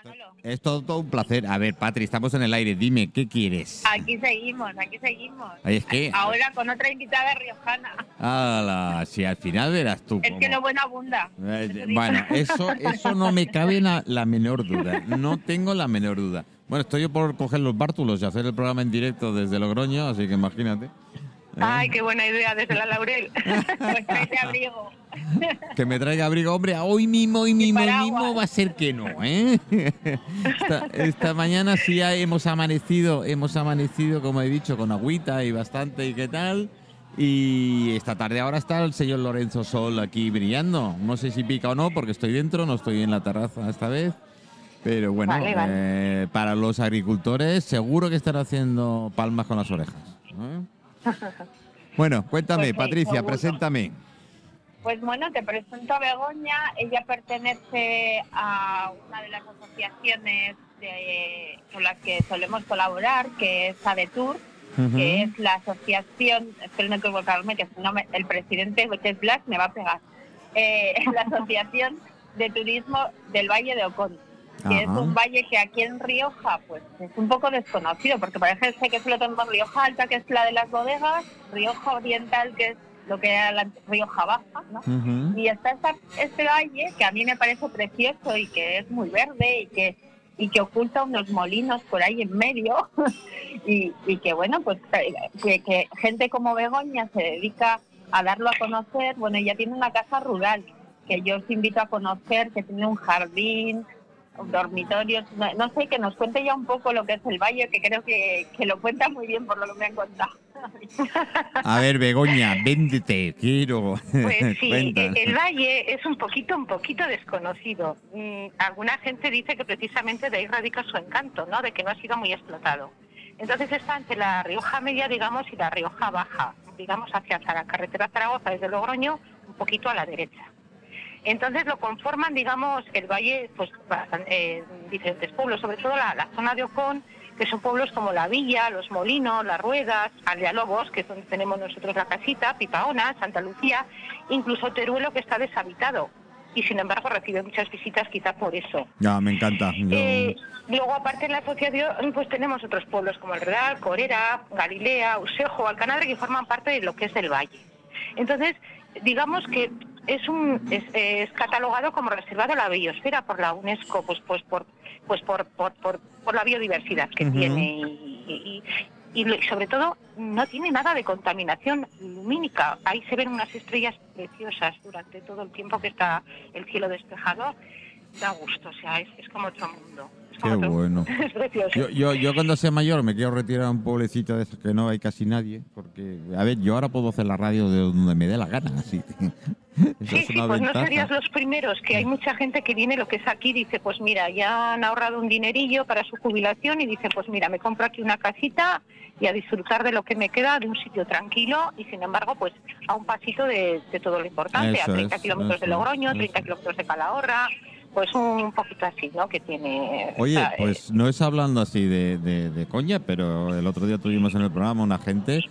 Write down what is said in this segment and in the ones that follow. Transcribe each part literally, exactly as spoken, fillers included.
Manolo. Es todo, todo un placer. A ver, Patri, estamos en el aire. Dime, ¿qué quieres? Aquí seguimos, aquí seguimos. Ay, es que... Ahora con otra invitada riojana. ¡Hala! Si al final verás tú Es cómo... que lo bueno abunda. Eh, Eso digo. bueno, eso, eso no me cabe la, la menor duda. No tengo la menor duda. Bueno, estoy yo por coger los bártulos y hacer el programa en directo desde Logroño, así que imagínate. ¿Eh? Ay, qué buena idea, desde la Laurel. Pues tráete abrigo. Que me traiga abrigo, hombre, hoy mismo, hoy mismo, hoy mismo va a ser que no, ¿eh? Esta, esta mañana sí ya hemos amanecido, hemos amanecido, como he dicho, con agüita y bastante y qué tal. Y esta tarde ahora está el señor Lorenzo Sol aquí brillando. No sé si pica o no, porque estoy dentro, no estoy en la terraza esta vez. Pero bueno, vale, vale. Eh, para los agricultores seguro que están haciendo palmas con las orejas, ¿eh? Bueno, cuéntame, Pues sí, Patricia, seguro. preséntame. Pues bueno, te presento a Begoña. Ella pertenece a una de las asociaciones de, con las que solemos colaborar, que es ADETUR, Uh-huh. que es la asociación, espero no equivocarme, que si no me, el presidente, que es Blas, me va a pegar, eh, la asociación de turismo del Valle de Ocón, que Ajá. es un valle que aquí en Rioja pues es un poco desconocido, porque parece que solo tenemos Rioja Alta, que es la de las bodegas, Rioja Oriental, que es lo que era la Rioja Baja, ¿no? Uh-huh. Y está esta, este valle que a mí me parece precioso y que es muy verde y que y que oculta unos molinos por ahí en medio y, y que bueno, pues que, que gente como Begoña se dedica a darlo a conocer. Bueno, ella tiene una casa rural que yo os invito a conocer, que tiene un jardín, dormitorios, no, no sé, que nos cuente ya un poco lo que es el valle, que creo que, que lo cuenta muy bien por lo que me han contado. A ver, Begoña, véndete, quiero. Pues sí, Cuéntanos. el valle es un poquito, un poquito desconocido. Mm, alguna gente dice que precisamente de ahí radica su encanto, ¿no? De que no ha sido muy explotado. Entonces está entre la Rioja Media, digamos, y la Rioja Baja, digamos, hacia la carretera Zaragoza desde Logroño, un poquito a la derecha. Entonces lo conforman, digamos, el valle, pues eh, diferentes pueblos, sobre todo la, la zona de Ocón, que son pueblos como La Villa, Los Molinos, Las Ruedas, Aldealobos, que es donde tenemos nosotros la casita, Pipaona, Santa Lucía, incluso Teruelo, que está deshabitado. Y sin embargo recibe muchas visitas quizá por eso. Ya, me encanta. Yo... Eh, luego, aparte en la asociación, pues tenemos otros pueblos como El Real, Corera, Galilea, Usejo, Alcanadre, que forman parte de lo que es el valle. Entonces, digamos que es un es, es catalogado como reservado a la biosfera por la UNESCO, pues pues por pues por por por, por la biodiversidad que uh-huh. tiene y, y, y, y sobre todo no tiene nada de contaminación lumínica. Ahí se ven unas estrellas preciosas durante todo el tiempo que está el cielo despejado. Da gusto, o sea, es, es como otro mundo. Qué bueno. Es precioso. Yo, yo, yo cuando sea mayor me quiero retirar a un pueblecito de esos que no hay casi nadie, porque, a ver, yo ahora puedo hacer la radio de donde me dé la gana, así. Sí, sí, pues ventaja. No serías los primeros, que hay mucha gente que viene lo que es aquí, dice, pues mira, ya han ahorrado un dinerillo para su jubilación y dice, pues mira, me compro aquí una casita y a disfrutar de lo que me queda, de un sitio tranquilo y sin embargo, pues a un pasito de, de todo lo importante, eso a treinta es, kilómetros de Logroño, eso, treinta kilómetros de Calahorra. Pues un poquito así, ¿no? Que tiene... Oye, esta, pues no es hablando así de, de, de coña, pero el otro día tuvimos en el programa una gente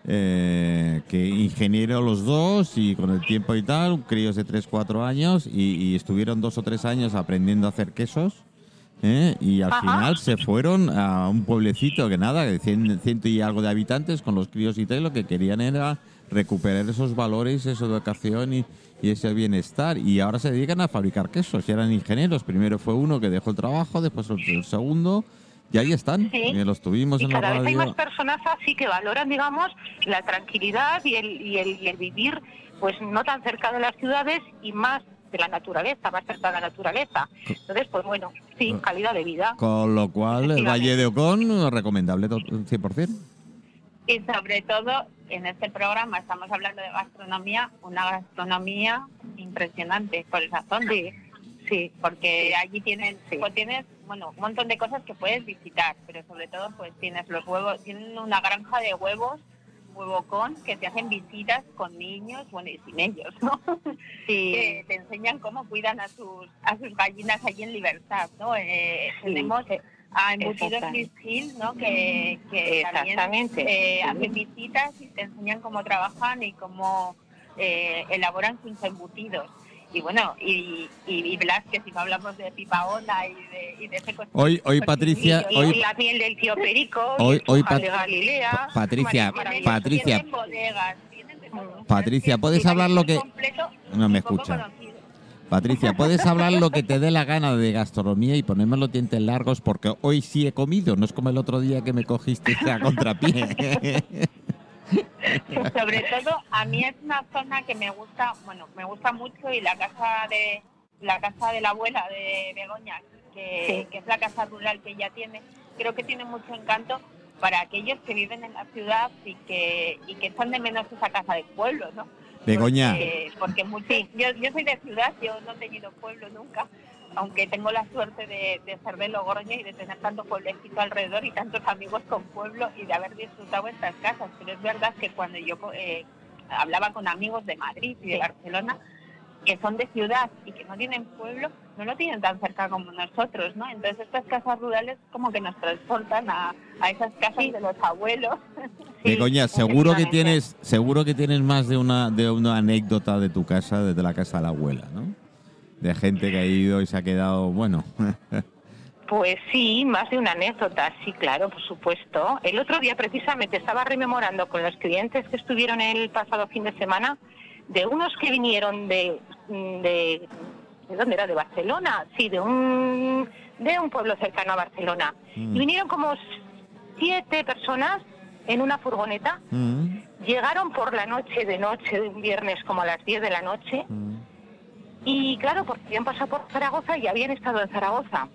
eh, que ingeniero los dos y con el tiempo y tal, críos de tres, cuatro años y, y estuvieron dos o tres años aprendiendo a hacer quesos. ¿eh? Y al Ajá. final se fueron a un pueblecito que nada, de cien, ciento y algo de habitantes con los críos y tal, lo que querían era recuperar esos valores, esa educación y, y ese bienestar. Y ahora se dedican a fabricar quesos. Y eran ingenieros. Primero fue uno que dejó el trabajo, después el segundo. Y ahí están. Sí. Y los tuvimos y en la radio. Cada vez hay más personas así que valoran, digamos, la tranquilidad y el, y el, y el vivir, pues no tan cerca de las ciudades y más de la naturaleza, más cerca de la naturaleza. Entonces, pues bueno, sí, calidad de vida. Con lo cual, el Valle de Ocón, recomendable cien por ciento. Y sobre todo, en este programa estamos hablando de gastronomía, una gastronomía impresionante, por el sazón. Sí, sí. Porque allí tienes, sí. pues tienes, bueno, un montón de cosas que puedes visitar, pero sobre todo, pues tienes los huevos, tienen una granja de huevos, Huevocón, que te hacen visitas con niños, bueno, y sin ellos, ¿no? Sí. Que te enseñan cómo cuidan a sus a sus gallinas allí en libertad, ¿no? Eh, sí. Tenemos a Embutidos Chris Hill, ¿no? Que, que también eh, sí. hacen visitas y te enseñan cómo trabajan y cómo eh, elaboran sus embutidos. y bueno, y, y, y Blas, que si no hablamos de Pipaona y de, y de ese costillo, Hoy, hoy Patricia, y, hoy, y la miel del tío Perico, hoy, y el hoy Fujal Pat- de Galilea. Patricia, Maravilla. Patricia, tienen bodegas, tienen de todo. Patricia, Es que ¿puedes el hablar lo país que- completo No me y poco escucha. conocido. Patricia, puedes hablar lo que te dé la gana de gastronomía y ponerme los dientes largos porque hoy sí he comido, no es como el otro día que me cogiste a contrapié. Sobre todo, a mí es una zona que me gusta, bueno, me gusta mucho y la casa de la casa de la abuela de Begoña, que, Sí. que es la casa rural que ella tiene, creo que tiene mucho encanto para aquellos que viven en la ciudad y que y que echan de menos esa casa de pueblo, ¿no? Begoña. Porque, porque mucho, yo, yo soy de ciudad, yo no he tenido pueblo nunca, aunque tengo la suerte de, de ser de Logroño y de tener tanto pueblecito alrededor y tantos amigos con pueblo y de haber disfrutado estas casas. Pero es verdad que cuando yo eh, hablaba con amigos de Madrid y de Barcelona, que son de ciudad y que no tienen pueblo, no lo tienen tan cerca como nosotros, ¿no? Entonces estas casas rurales como que nos transportan a, a esas casas sí. de los abuelos. Begoña, seguro que tienes, seguro que tienes más de una de una anécdota de tu casa, desde la casa de la abuela, ¿no? De gente que ha ido y se ha quedado, bueno. Pues sí, más de una anécdota, sí, claro, por supuesto. El otro día precisamente estaba rememorando con los clientes que estuvieron el pasado fin de semana de unos que vinieron de, de, ¿de dónde era? De Barcelona, sí, de un de un pueblo cercano a Barcelona. Mm. Y vinieron como siete personas en una furgoneta. Mm. Llegaron por la noche, de noche, de un viernes como a las diez de la noche. Mm. Y claro, porque habían pasado por Zaragoza y habían estado en Zaragoza.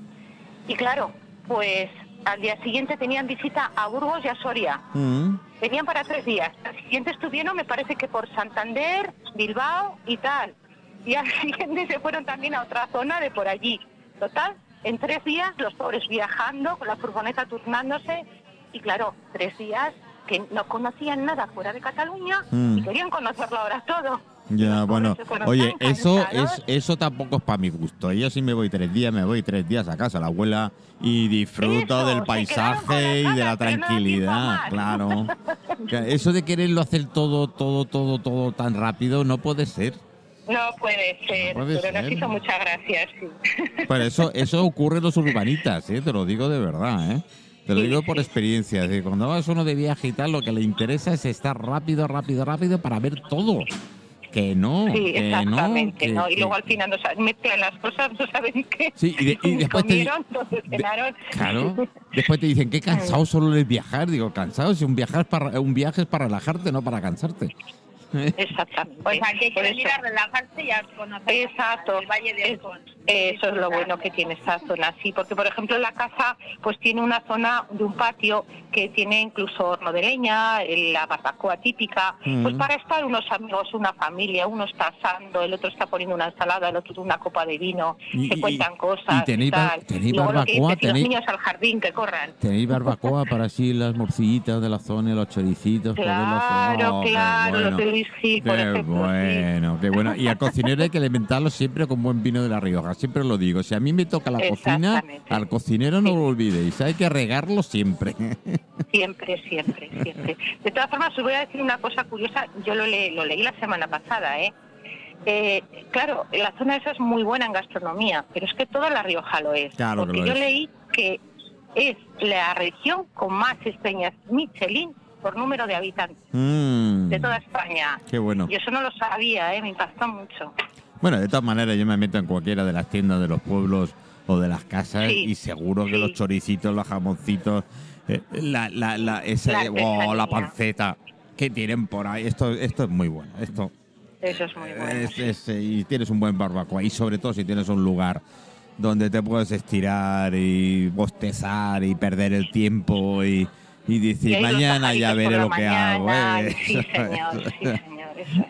Y claro, pues al día siguiente tenían visita a Burgos y a Soria. Mm. Venían para tres días. Al siguiente estuvieron, me parece que por Santander, Bilbao y tal. Y al siguiente se fueron también a otra zona de por allí. Total, en tres días los pobres viajando, con la furgoneta turnándose. Y claro, tres días que no conocían nada fuera de Cataluña mm. y querían conocerlo ahora todo. Ya, bueno, oye, eso es eso tampoco es para mi gusto. Yo sí me voy tres días, me voy tres días a casa a la abuela y disfruto eso, del paisaje y de la tranquilidad, no claro. Eso de quererlo hacer todo, todo, todo, todo tan rápido no puede ser. No puede ser, no puede pero ser. Nos hizo muchas gracias, sí. Pero eso, eso ocurre en los urbanitas, ¿eh? Te lo digo de verdad, ¿eh? Te lo sí, digo por sí. experiencia. Es decir, cuando vas uno de viaje y tal, lo que le interesa es estar rápido, rápido, rápido para ver todo. Que no, sí, que exactamente, no, ¿no? que, Y luego que... al final no saben, mezclan las cosas, no saben qué. Sí, y, de, y después comieron, te entonces cenaron. De, claro. Después te dicen qué cansado solo es viajar. Digo, cansado si un viaje es para un viaje es para relajarte, no para cansarte. Exactamente. Pues aquí hay que venir a relajarse y a conocer Exacto. el Valle de Alcón. Eso es lo bueno que tiene esta zona, sí, porque por ejemplo la casa pues tiene una zona de un patio que tiene incluso horno de leña, la barbacoa típica, mm. pues para estar unos amigos, una familia, uno está asando, el otro está poniendo una ensalada, el otro una copa de vino, y, se cuentan cosas y tenéis, y tal. tenéis Luego barbacoa, lo que dice, tenéis, los niños al jardín que corran. Tenéis barbacoa para así las morcillitas de la zona y los choricitos. Claro, oh, claro, bueno. los de Luis Gil, por qué ejemplo. Bueno, sí. qué bueno. Y al cocinero hay que alimentarlo siempre con buen vino de La Rioja, siempre lo digo. Si a mí me toca la cocina, al cocinero no sí. lo olvidéis, hay que regarlo siempre. Siempre, siempre, siempre. De todas formas, os voy a decir una cosa curiosa, yo lo, le, lo leí la semana pasada, ¿eh? Eh, claro, la zona esa es muy buena en gastronomía, pero es que toda La Rioja lo es. Claro porque que lo yo es. leí que es la región con más estrellas Michelin por número de habitantes mm, de toda España. Qué bueno. Y eso no lo sabía, ¿eh? Me impactó mucho. Bueno, de todas maneras yo me meto en cualquiera de las tiendas de los pueblos o de las casas sí, y seguro que sí. los choricitos, los jamoncitos, eh, la, la, la, ese, la, oh, la panceta que tienen por ahí, esto, esto es muy bueno. Esto Eso es muy bueno. Es, es, y tienes un buen barbacoa y sobre todo si tienes un lugar donde te puedes estirar y bostezar y perder el tiempo y, y decir y mañana ya veré lo que mañana, hago. ¿eh? Sí, señor, sí, señor.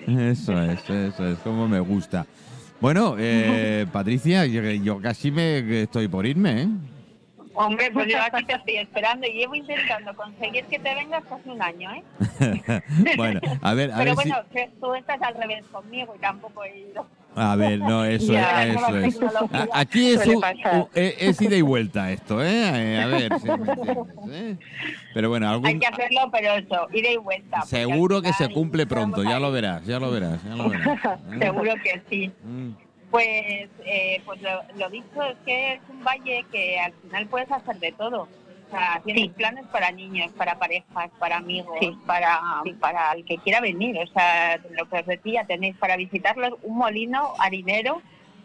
Eso es, eso es, como me gusta. Bueno, eh, Patricia, yo, yo casi me estoy por irme, ¿eh? Hombre, pues yo aquí te estoy esperando y llevo intentando conseguir que te vengas hace un año, ¿eh? Bueno, a ver, a Pero ver bueno, si... tú estás al revés conmigo y tampoco he ido. A ver, no, eso, Ya, es, eso es. A- Aquí es, un- un- es, es ida y vuelta esto, ¿eh? Eh, A ver, si me entiendes, ¿eh? Pero bueno, Hay algún, que hacerlo, pero eso, ida y vuelta. porque seguro al que se final cumple estamos pronto, ya ahí. lo verás, ya lo verás, ya lo verás. ¿eh? Seguro que sí. Mm. Pues, eh, pues lo, lo dicho es que es un valle que al final puedes hacer de todo. O sea, tienes Sí. planes para niños, para parejas, para amigos, Sí. para, para el que quiera venir. O sea, lo que os decía, tenéis para visitarlos un molino harinero,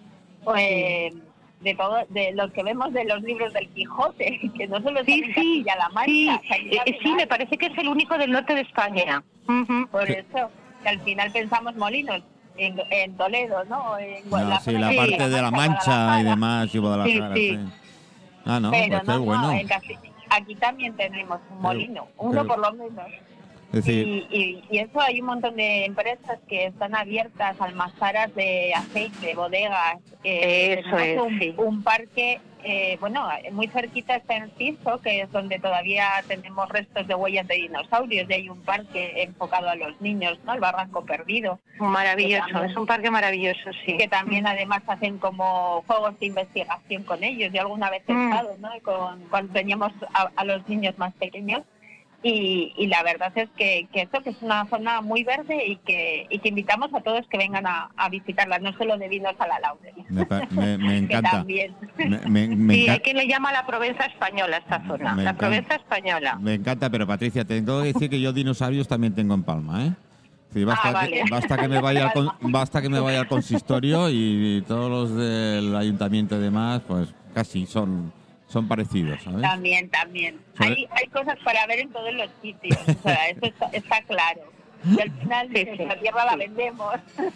pues, de todo, de los que vemos de los libros del Quijote, que no solo Sí, está en sí, Castilla-La Mancha. sí, o sea, aquí Eh, también sí, me hay. parece que es el único del norte de España. Ujú. Por eso, que al final pensamos molinos en, en Toledo, ¿no? En No, la sí, zona la Sí. parte de la Mancha y Guadalajara. demás, y Guadalajara, Sí, sí. sí. Ah, no, Pero pues qué no, no, bueno. en Casti- aquí también tenemos un molino, uno qué- por lo menos. Es decir, Y, y, y eso hay un montón de empresas que están abiertas, almazaras de aceite, bodegas. eh, Eso tenemos es, un, sí. un parque, eh, bueno, muy cerquita está el Ciso, que es donde todavía tenemos restos de huellas de dinosaurios, y hay un parque enfocado a los niños, ¿no? El Barranco Perdido, Maravilloso, Que también- es un parque maravilloso, sí. que también además hacen como juegos de investigación con ellos. Yo alguna vez he Mm. estado, ¿no? Con, cuando teníamos a, a los niños más pequeños. Y, y la verdad es que, que esto que es una zona muy verde y que, y que invitamos a todos que vengan a, a visitarla, no solo de vinos a la Laurel. me, pa- me- me Que encanta. también. Me, me- me Sí, enca- hay quien le llama la Provenza española a esta zona, Me la encanta. Provenza española. Me encanta, pero Patricia, tengo que decir que yo dinosaurios también tengo en Palma, ¿eh? Sí, basta, Ah, vale. que, basta que me vaya al con- basta que me vaya al consistorio y, todos los del ayuntamiento y demás, pues casi son son parecidos, ¿sabes? También, también. ¿Sabes? Hay, hay cosas para ver en todos los sitios, o sea, eso está, está claro. Y al final Sí, sí, la tierra la sí. vendemos.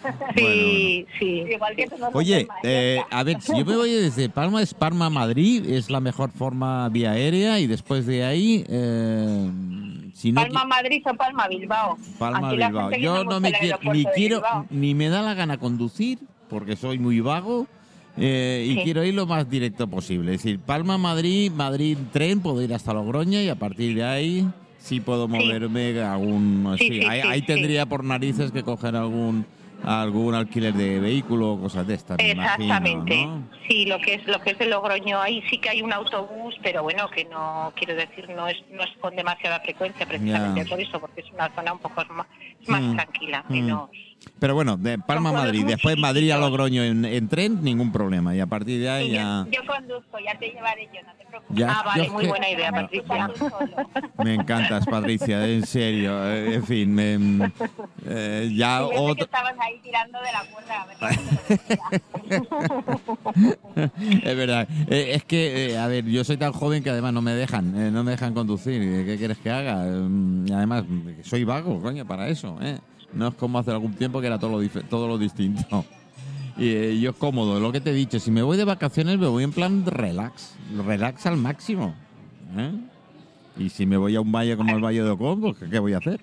Sí, sí. Igual que nosotros Oye, en Mallorca. eh, a ver, si yo me voy desde Palma, es Palma a Madrid, es la mejor forma vía aérea y después de ahí, eh, si no Palma Madrid o Palma Bilbao. Palma Aquí la Bilbao. gente Yo viene no mucho me al quiero, aeropuerto ni de quiero, Bilbao. ni me da la gana conducir, porque soy muy vago, eh, y Sí. quiero ir lo más directo posible. Es decir, Palma, Madrid, Madrid tren, puedo ir hasta Logroño y a partir de ahí sí puedo moverme a algún... Sí, Sí, sí, ahí, sí, ahí sí. tendría por narices que coger algún algún alquiler de vehículo o cosas de estas, me Exactamente. imagino, ¿no? Sí, lo que es lo que es el Logroño, ahí sí que hay un autobús, pero bueno, que no quiero decir no es no es con demasiada frecuencia precisamente Ya. por eso, porque es una zona un poco más, más Mm, tranquila, mm. menos. Pero bueno, de Palma a pueblos Madrid, muy después Madrid a chiquititos. Logroño en, en tren, ningún problema. Y a partir de ahí Sí, ya... yo, yo conduzco, ya te llevaré yo, no te preocupes. ya Ah, vale, yo muy que- buena idea, no, Patricia. Tú solo. Me encantas, Patricia, en serio. eh, En fin, me, eh, ya Sí, yo sé que otro... estabas ahí tirando de la cuerda, a ver cómo te lo decía. Es verdad. Eh, es que, eh, a ver, yo soy tan joven que además no me dejan, eh, no me dejan conducir. Eh, ¿Qué quieres que haga? Mm, Y además, mm, soy vago, coño, para eso, ¿eh? No es como hace algún tiempo que era todo lo, dif- todo lo distinto. Y eh, yo es cómodo, lo que te he dicho, si me voy de vacaciones me voy en plan relax, relax al máximo. ¿eh? Y si me voy a un valle como el Valle de Ocón, pues ¿qué voy a hacer?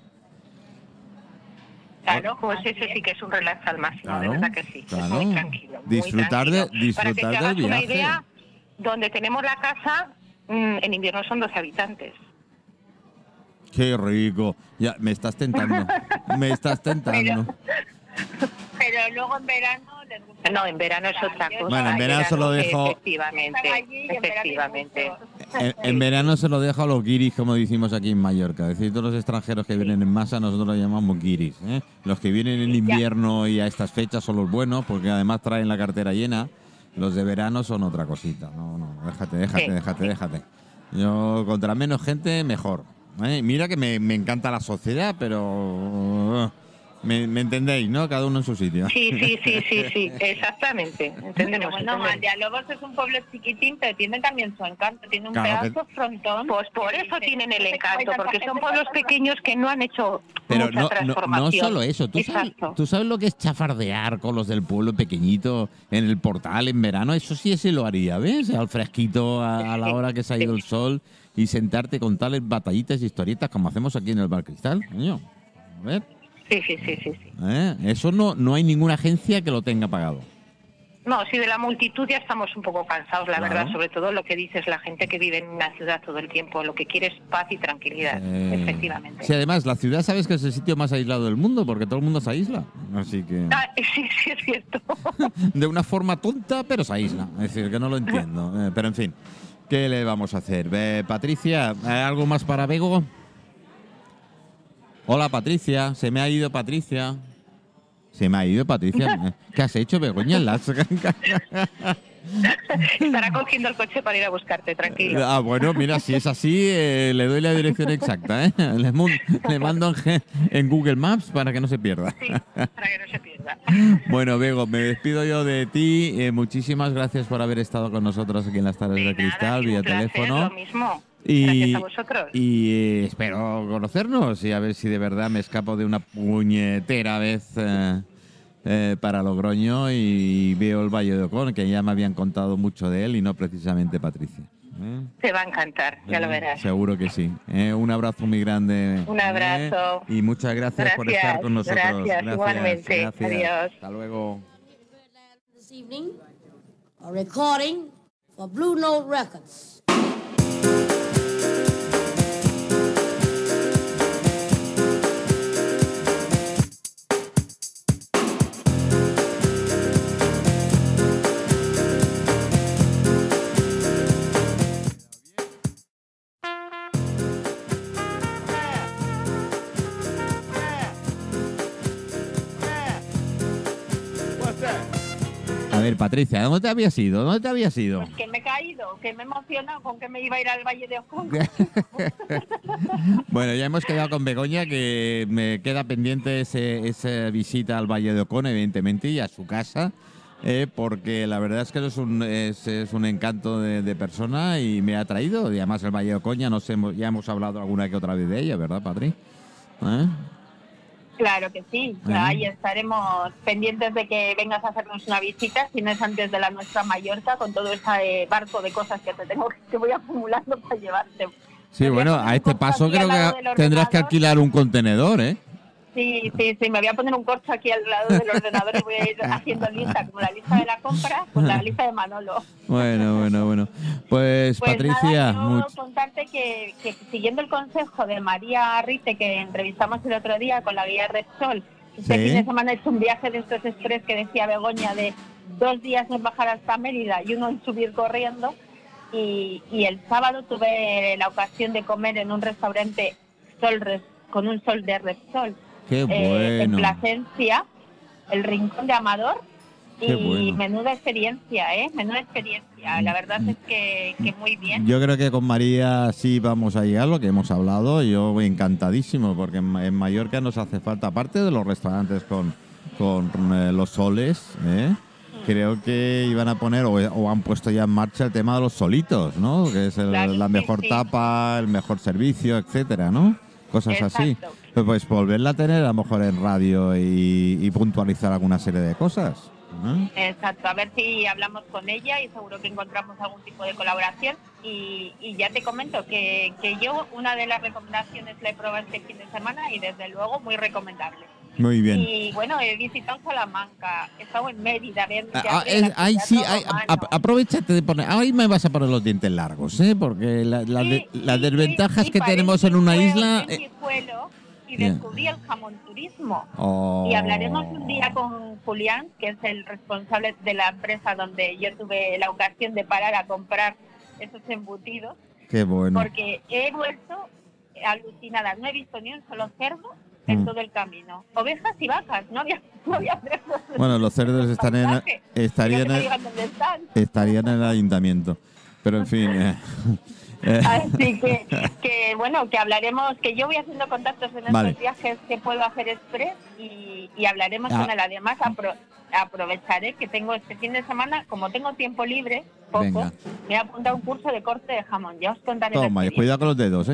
Claro, Pues así ese es. sí que es un relax al máximo, Claro, de verdad que sí. claro. Es muy tranquilo. muy Disfrutar de- tranquilo. disfrutar Para que te del hagas una viaje. idea, donde tenemos la casa, mm, en invierno son doce habitantes. Qué rico. Ya, me estás tentando. Me estás tentando. Pero luego en verano les gusta. No, en verano es otra cosa. Bueno, en verano se lo dejo- Efectivamente, Están allí y en verano hay efectivamente. mucho. En, en verano se lo dejo a los guiris, como decimos aquí en Mallorca. Es decir, todos los extranjeros que vienen en masa, nosotros los llamamos guiris. ¿eh? Los que vienen en invierno y a estas fechas son los buenos, porque además traen la cartera llena. Los de verano son otra cosita. No, no, déjate, déjate, Sí, déjate, sí. déjate. Yo, contra menos gente, mejor. ¿eh? Mira que me, me encanta la sociedad, pero... Me, me entendéis, ¿no? Cada uno en su sitio. Sí, sí, sí, sí, sí, exactamente. Pero Entendemos, bueno, entendemos. Villalobos es un pueblo chiquitín, pero tiene también su encanto. Tiene un Claro, pedazo frontón. Pues por que eso dice, tienen el no sé cómo hay encanto, tanta porque son gente pueblos pasando. pequeños que no han hecho Pero mucha no, no, transformación. no solo eso, ¿tú sabes, Exacto. tú sabes lo que es chafardear con los del pueblo pequeñito en el portal en verano. Eso sí, ese lo haría, ¿ves? Al fresquito, a, a la Sí, hora que se ha ido sí. el sol y sentarte con tales batallitas y historietas como hacemos aquí en el Bar Cristal. Coño, a ver, Sí, sí, sí, sí, sí. ¿eh? Eso no, no hay ninguna agencia que lo tenga pagado. No, sí, de la multitud ya estamos un poco cansados, la Claro. verdad, sobre todo lo que dices, la gente que vive en una ciudad todo el tiempo, lo que quiere es paz y tranquilidad, Eh, efectivamente. Sí, además, la ciudad sabes que es el sitio más aislado del mundo, porque todo el mundo se aísla. Así que... Ah, sí, sí, es cierto. De una forma tonta, pero se aísla. Es decir, que no lo entiendo. Eh, pero en fin, ¿qué le vamos a hacer? Eh, Patricia, ¿hay algo más para Bego? Hola, Patricia. Se me ha ido Patricia. Se me ha ido Patricia. ¿Qué has hecho, Begoña? Las... Estará cogiendo el coche para ir a buscarte, tranquilo. Ah, bueno, mira, si es así, eh, le doy la dirección exacta. ¿eh? Le, mu- le mando en, G- en Google Maps para que no se pierda. Sí, para que no se pierda. Bueno, Bego, me despido yo de ti. Eh, muchísimas gracias por haber estado con nosotros aquí en las tardes de, De nada, Cristal, y vía un placer, teléfono. lo mismo. Y, Gracias a vosotros. y eh, espero conocernos y a ver si de verdad me escapo de una puñetera vez eh, eh, para Logroño y veo el Valle de Ocón, que ya me habían contado mucho de él y no precisamente Patricia. ¿eh? Te va a encantar, ya lo verás. Seguro que sí. ¿eh? Un abrazo muy grande. Un abrazo. ¿eh? Y muchas gracias, por Gracias, estar con nosotros. gracias, igualmente. gracias. Adiós. Hasta luego. This evening, a recording for Blue Note Records. A ver, Patricia, ¿dónde te habías ido? ¿Dónde te habías ido? Pues que me he caído, que me he emocionado con que me iba a ir al Valle de Ocón. Bueno, ya hemos quedado con Begoña, que me queda pendiente ese, esa visita al Valle de Ocón, evidentemente, y a su casa, eh, porque la verdad es que es un, es, es un encanto de, de persona y me ha traído. Y además el Valle de Ocón ya, nos hemos, ya hemos hablado alguna que otra vez de ella, ¿verdad, Patri? ¿Eh? Claro que sí, Ajá. ahí estaremos pendientes de que vengas a hacernos una visita, si no es antes de la nuestra Mallorca, con todo ese barco de cosas que te tengo que voy acumulando para llevarte. Sí, Me voy bueno, poner a un este corcho paso aquí creo al lado que del tendrás que ordenador. alquilar un contenedor, ¿eh? Sí, sí, sí, me voy a poner un corcho aquí al lado del ordenador y voy a ir haciendo lista, como la lista de la compra, pues la lista de Manolo. Bueno, bueno, bueno. Pues, Pues Patricia, nada, yo much- contarte que, que siguiendo el consejo de María Rite, que entrevistamos el otro día con la guía Repsol, este Sí. fin de semana he hecho un viaje de estos express que decía Begoña, de dos días en bajar hasta Mérida y uno en subir corriendo, y, y el sábado tuve la ocasión de comer en un restaurante Sol Res- con un sol de Repsol, qué eh, en bueno. Plasencia, el Rincón de Amador. Qué Y bueno. menuda experiencia, ¿eh? Menuda experiencia. La verdad es que, que muy bien. Yo creo que con María sí vamos a llegar, lo que hemos hablado. Yo encantadísimo, porque en, Ma- en Mallorca nos hace falta, aparte de los restaurantes con, con eh, los soles, ¿eh? Creo que iban a poner o, o han puesto ya en marcha el tema de los solitos, ¿no? Que es el- Claro, la sí, mejor sí. tapa, el mejor servicio, etcétera, ¿no? Cosas así. Exacto. Pues, pues volverla a tener a lo mejor en radio y, y puntualizar alguna serie de cosas. ¿eh? Exacto, a ver si hablamos con ella y seguro que encontramos algún tipo de colaboración. Y, y ya te comento que, que yo una de las recomendaciones la he probado este fin de semana y desde luego muy recomendable. Muy bien. Y bueno, he visitado Salamanca, he estado en Mérida, a ver, Ah, Teatro ah, de la es- ay, Ciudad sí, ay, Romano. a- aprovechate de poner. Ahí me vas a poner los dientes largos, ¿eh? Porque la- la Sí, de- sí, las sí, desventajas sí, que paré tenemos en una Chicuelo, isla. en eh, Chicuelo, y Ya. descubrí el jamón turismo. oh. Y hablaremos un día con Julián, que es el responsable de la empresa donde yo tuve la ocasión de parar a comprar esos embutidos, Qué bueno. porque he vuelto alucinada. No he visto ni un solo cerdo en Mm. todo el camino. Ovejas y vacas, no había, no había cerdos. Bueno, los cerdos están en, Paisaje. estarían, Quiero que me en, digan dónde están. estarían en el ayuntamiento. Pero en fin. eh, eh, Así que, que, bueno, que hablaremos, que yo voy haciendo contactos en estos Vale. viajes que puedo hacer express y, y hablaremos Ah. con él. Además, apro- aprovecharé que tengo este fin de semana, como tengo tiempo libre, poco, Venga. me he apuntado a un curso de corte de jamón. Ya os contaré. la Toma, y experiencia. cuidado con los dedos, ¿eh?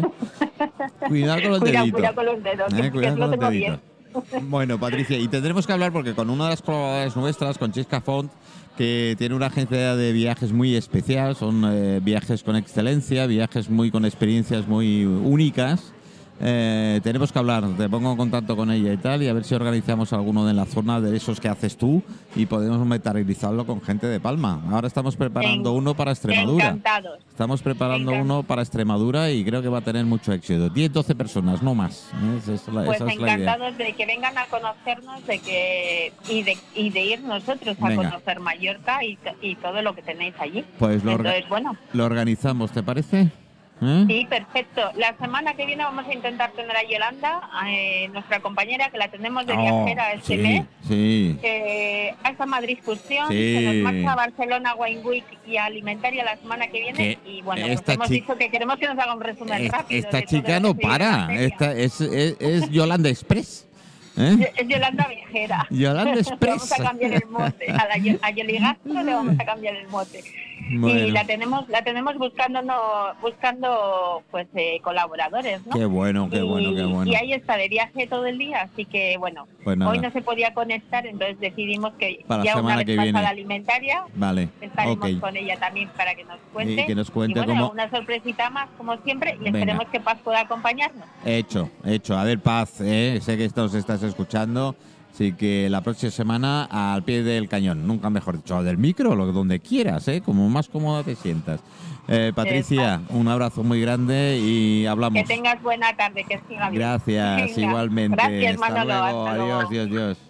Cuidado con los Cuidado, deditos. cuidado con los dedos, Eh, que, que cuidado lo con los tengo deditos. bien. Bueno, Patricia, y tendremos que hablar porque con una de las colaboradoras nuestras, con Chisca Font, que tiene una agencia de viajes muy especial, son eh, viajes con excelencia, viajes muy con experiencias muy únicas, Eh, tenemos que hablar, te pongo en contacto con ella y tal, y a ver si organizamos alguno en la zona de esos que haces tú y podemos metalizarlo con gente de Palma. Ahora estamos preparando En- uno para Extremadura. Encantados. Estamos preparando Encan- uno para Extremadura y creo que va a tener mucho éxito. diez, doce personas, no más. ¿eh? Esa es la, Pues esa es la idea. encantados de que vengan a conocernos, de que y de, y de ir nosotros a Venga. conocer Mallorca y, t- y todo lo que tenéis allí. Pues lo, orga- Entonces, bueno, lo organizamos, ¿te parece? ¿Eh? sí, perfecto. La semana que viene vamos a intentar tener a Yolanda, eh, nuestra compañera, que la tenemos de Oh, viajera este sí, mes, sí. que hasta Madrid Excursión, Sí. que nos marcha a Barcelona Wine Week y a Alimentaria la semana que viene. Que Y bueno, esta pues hemos chi- dicho que queremos que nos haga un resumen Es- rápido. esta de todo chica lo no que se vive en la para. feria. Esta es, es, es Yolanda Express. ¿eh? Es Yolanda Viajera. Yolanda Le Express. vamos a cambiar el mote. A, la, Yo- a Yoli Gastro le vamos a cambiar el mote. Bueno. Y la tenemos la tenemos buscando no, buscando pues eh, colaboradores, ¿no? Qué bueno, qué y, bueno, qué bueno. y ahí está de viaje todo el día, así que bueno, Pues nada. hoy no se podía conectar, entonces decidimos que Para la ya semana una vez que pasada viene. alimentaria Vale, estaremos ok. con ella también para que nos cuente. Y que nos cuente y bueno, cómo- una sorpresita más como siempre y Venga. esperemos que Paz pueda acompañarnos. Hecho, hecho. A ver, Paz, ¿eh? Sé que nos estás escuchando. Así que la próxima semana al pie del cañón, nunca mejor dicho, del micro, lo donde quieras, ¿eh? Como más cómoda te sientas. Eh, Patricia, un abrazo muy grande y hablamos. Que tengas buena tarde, que siga bien. Gracias, Venga. igualmente. Gracias, Hasta Manolo. luego. Hasta luego. Adiós, adiós, adiós.